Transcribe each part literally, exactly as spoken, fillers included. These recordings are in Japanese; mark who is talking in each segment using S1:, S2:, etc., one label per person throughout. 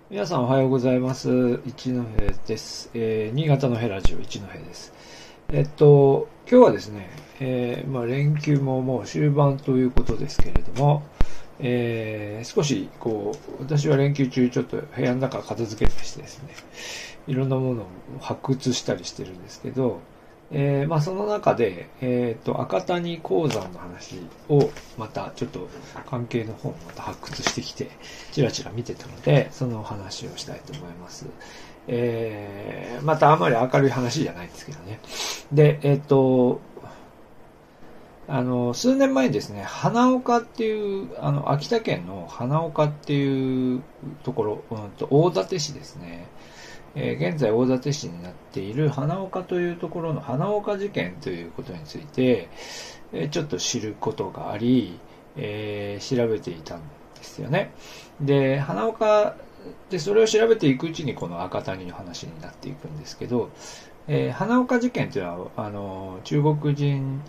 S1: 皆さんおはようございます。一戸です。えー、新潟のヘラジオ一戸です。えっと、今日はですね、えー、まあ連休ももう終盤ということですけれども、えー、少しこう、私は連休中ちょっと部屋の中片付けたりしてですね、いろんなものを発掘したりしてるんですけど、えー、まあその中で、えっと、赤谷鉱山の話をまたちょっと関係の本をまた発掘してきて、ちらちら見てたので、その話をしたいと思います。えー、またあまり明るい話じゃないんですけどね。で、えっと、あの、数年前にですね、花岡っていう、あの、秋田県の花岡っていうところ、うんと、大館市ですね。えー現在大館市になっている花岡というところの花岡事件ということについて、えーちょっと知ることがあり、えー調べていたんですよね。で、花岡で、それを調べていくうちにこの赤谷の話になっていくんですけど、えー花岡事件というのは、あの、中国人、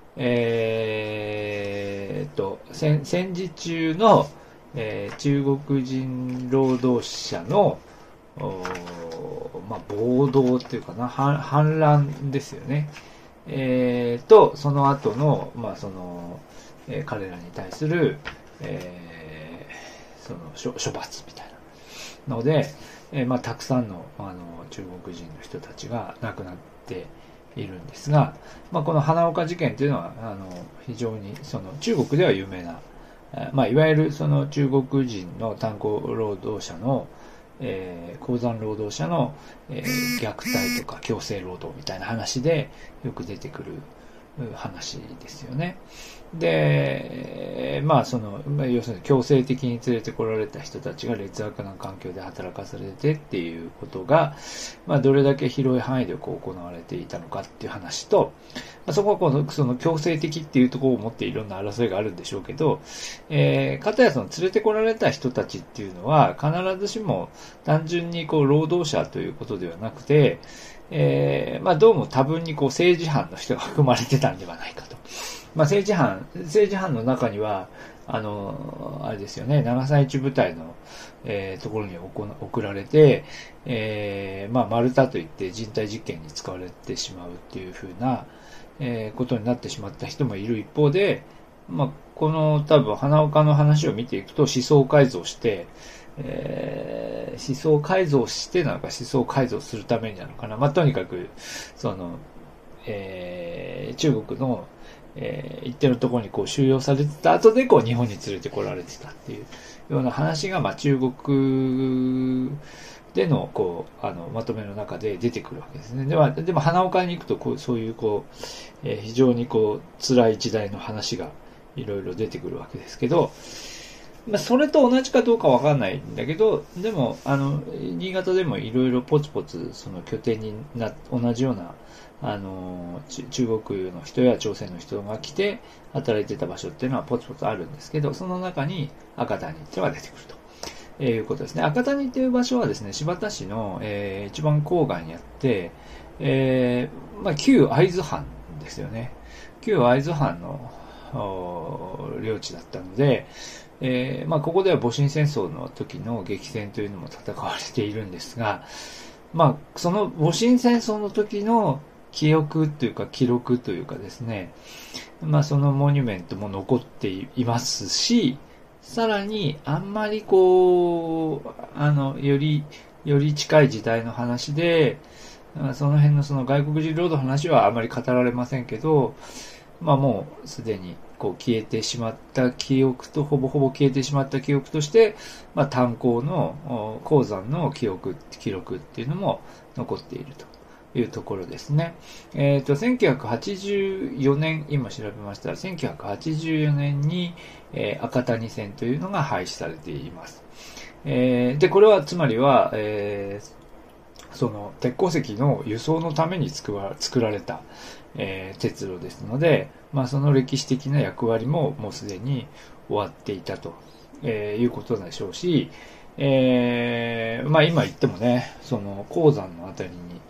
S1: えーっと、戦戦時中の、えー中国人労働者の、おまあ、暴動っていうかな、反反乱ですよね。えー、と、その後の、まあ、その、えー彼らに対する、えーその処、処罰みたいなので、えーまあ、たくさんの、あの、中国人の人たちが亡くなっているんですが、まあ、この花岡事件というのは、あの、非常に、その、中国では有名な、えーまあ、いわゆるその中国人の炭鉱労働者の、えー鉱山労働者の、えー虐待とか強制労働みたいな話でよく出てくる話ですよね。で、まあその、まあ要するに強制的に連れてこられた人たちが劣悪な環境で働かされてっていうことが、まあどれだけ広い範囲でこう行われていたのかっていう話と、まあそこはこの、その強制的っていうところを持っていろんな争いがあるんでしょうけど、えー、かたやその連れてこられた人たちっていうのは必ずしも単純にこう労働者ということではなくて、えー、まあどうも多分にこう政治犯の人が含まれてたんではないかと。まあ政治犯、政治犯の中には、あの、あれですよね、長崎一部隊の、えーところに送られて、えー、まあ丸太といって人体実験に使われてしまうっていうふうな、えーことになってしまった人もいる一方で、まあ、この多分花岡の話を見ていくと思想改造して、えー思想改造してなのか思想改造するためになのかな。まあ、とにかく、その、えー中国の、えー一定のところにこう収容されてた後でこう日本に連れてこられてたっていうような話が、まあ、中国での、こう、あの、まとめの中で出てくるわけですね。でも、でも花岡に行くと、こう、そういう、こう、えー非常にこう、辛い時代の話がいろいろ出てくるわけですけど、まあ、それと同じかどうかわかんないんだけど、でも、あの、新潟でもいろいろポツポツ、その拠点にな、同じような、あの、中国の人や朝鮮の人が来て働いてた場所っていうのはポツポツあるんですけど、その中に赤谷っていうのが出てくると。えーいうことですね。赤谷っていう場所はですね、新発田市の、えー一番郊外にあって、えーまあ、旧会津藩ですよね。旧会津藩の領地だったので、えーまあ、ここでは戊辰戦争の時の激戦というのも戦われているんですが、まあ、その戊辰戦争の時の記憶というか記録というかですね、まあ、そのモニュメントも残っていますし、さらにあんまりこう、あの、より、より近い時代の話で、その辺のその外国人労働の話はあまり語られませんけど、まあもうすでにこう消えてしまった記憶と、ほぼほぼ消えてしまった記憶として、まあ炭鉱の鉱山の記憶、記録っていうのも残っているというところですね。えっと、せんきゅうひゃくはちじゅうよねん、今調べましたら、せんきゅうひゃくはちじゅうよねんに、えー赤谷線というのが廃止されています。えーで、これはつまりは、えーその鉄鉱石の輸送のために作ら作られた、えー鉄路ですので、まあ、その歴史的な役割ももうすでに終わっていたと、えーいうことでしょうし、えーまあ、今言ってもね、その鉱山のあたりに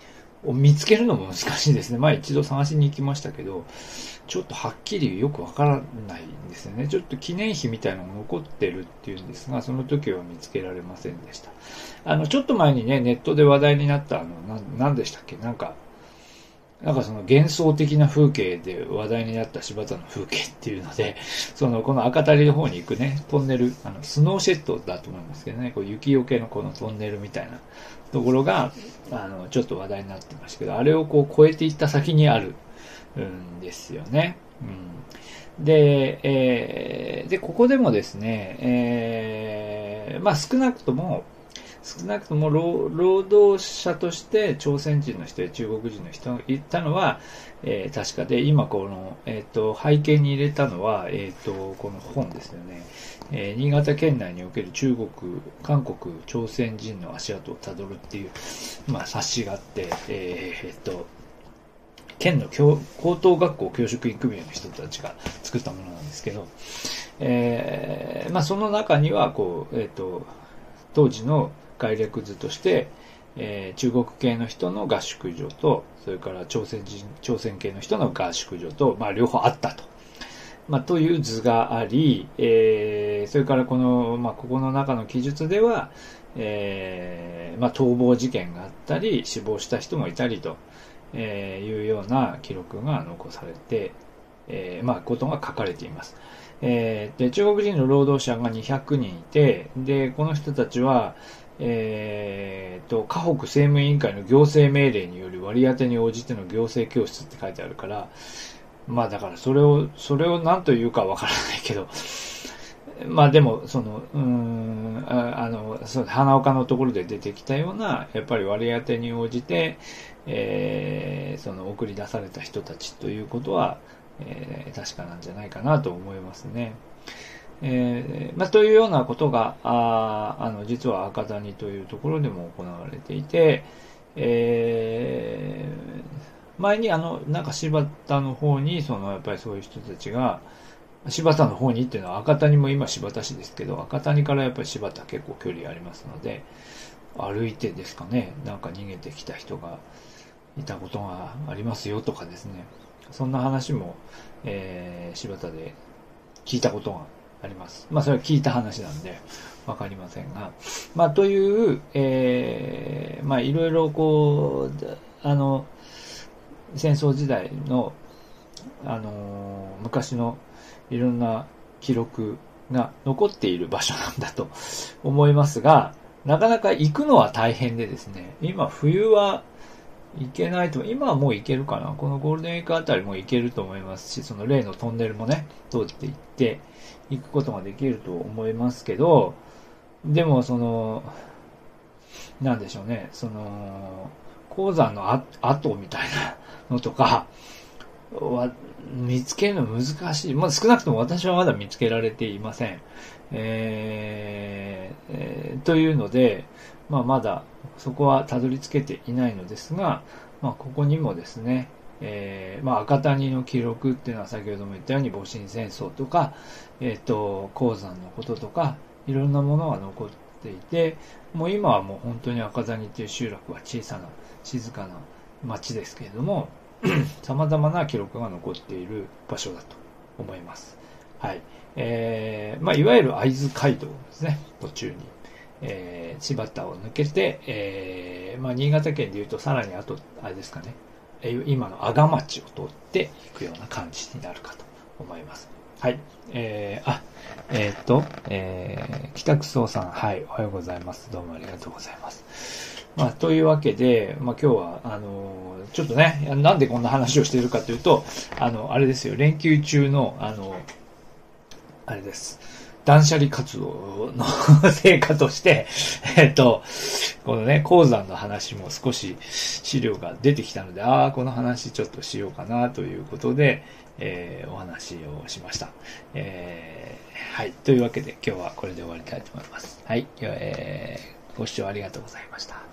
S1: を見つけるのも難しいですね。まあ一度探しに行きましたけど、ちょっとはっきりよくわからないんですよね。ちょっと記念碑みたいなのが残ってるっていうんですが、その時は見つけられませんでした。あの、ちょっと前にね、ネットで話題になった、あの、な、なんでしたっけ、なんか、なんかその幻想的な風景で話題になった柴田の風景っていうので、そのこの赤谷の方に行くね、トンネル、あの、スノーシェットだと思いますけどね、こう雪よけのこのトンネルみたいなところが、あの、ちょっと話題になってましたけど、あれをこう越えていった先にあるんですよね。うん、で、えー、で、ここでもですね、えー、まあ少なくとも、少なくとも労働者として朝鮮人の人や中国人の人が言ったのは、えー、確かで、今この、えっと、背景に入れたのは、えっと、この本ですよね。えー、新潟県内における中国、韓国、朝鮮人の足跡をたどるっていう、まあ、冊子があって、えー、えっと、県の教高等学校教職員組合の人たちが作ったものなんですけど、えー、まあ、その中には、こう、えっと、当時の概略図として、えー、中国系の人の合宿所と、それから朝鮮人、朝鮮系の人の合宿所と、まあ、両方あったと。まあ、という図があり、えー、それからこの、まあ、ここの中の記述では、えー、まあ、逃亡事件があったり、死亡した人もいたりと、えー、いうような記録が残されて、えー、まあ、ことが書かれています。えー、で、中国人の労働者がにひゃくにんいて、で、この人たちは、えー、と、河北政務委員会の行政命令により割り当てに応じての行政教室って書いてあるから、まあだからそれを、それを何というかわからないけど、まあでも、その、うーん、あ, あの、その花岡のところで出てきたような、やっぱり割り当てに応じて、えー、その送り出された人たちということは、えー、確かなんじゃないかなと思いますね。えー、まあ、というようなことが、ああの、実は赤谷というところでも行われていて、えー、前にあの、なんか柴田の方に、その、やっぱりそういう人たちが、柴田の方にっていうのは赤谷も今柴田市ですけど、赤谷からやっぱり柴田結構距離ありますので、歩いてですかね、なんか逃げてきた人がいたことがありますよとかですね、そんな話も、えー、柴田で聞いたことがあります。まあそれは聞いた話なんでわかりませんが、まあという、えー、まあいろいろこう、あの、戦争時代の、あの、昔のいろんな記録が残っている場所なんだと思いますが、なかなか行くのは大変でですね、今冬は行けないと、今はもう行けるかな。このゴールデンウィークあたりも行けると思いますし、その例のトンネルもね、通って行って、行くことができると思いますけど、でもその、なんでしょうね、その、鉱山の跡みたいなのとかは見つけるの難しい。まあ少なくとも私はまだ見つけられていません。えーえー、というので、まあまだそこはたどり着けていないのですが、まあここにもですね、えー、まあ赤谷の記録っていうのは先ほども言ったように戊辰戦争とか、えっと、鉱山のこととか、いろんなものが残っていて、もう今はもう本当に赤谷っていう集落は小さな静かな町ですけれども、様々な記録が残っている場所だと思います。はい。えー、まあいわゆる会津街道ですね、途中に。えー、千葉田を抜けて、えー、まあ新潟県でいうとさらにあと、あれですかね、今の阿賀町を通っていくような感じになるかと思います。はい。えー、あ、えー、っと、えー、北久さん、はい、おはようございます。どうもありがとうございます。まあ、というわけで、まあ今日は、あのー、ちょっとね、なんでこんな話をしているかというと、あの、あれですよ、連休中の、あの、あれです。断捨離活動の成果として、えっと、このね、鉱山の話も少し資料が出てきたので、ああ、この話ちょっとしようかなということで、えー、お話をしました。えー、はい。というわけで今日はこれで終わりたいと思います。はい。えー、ご視聴ありがとうございました。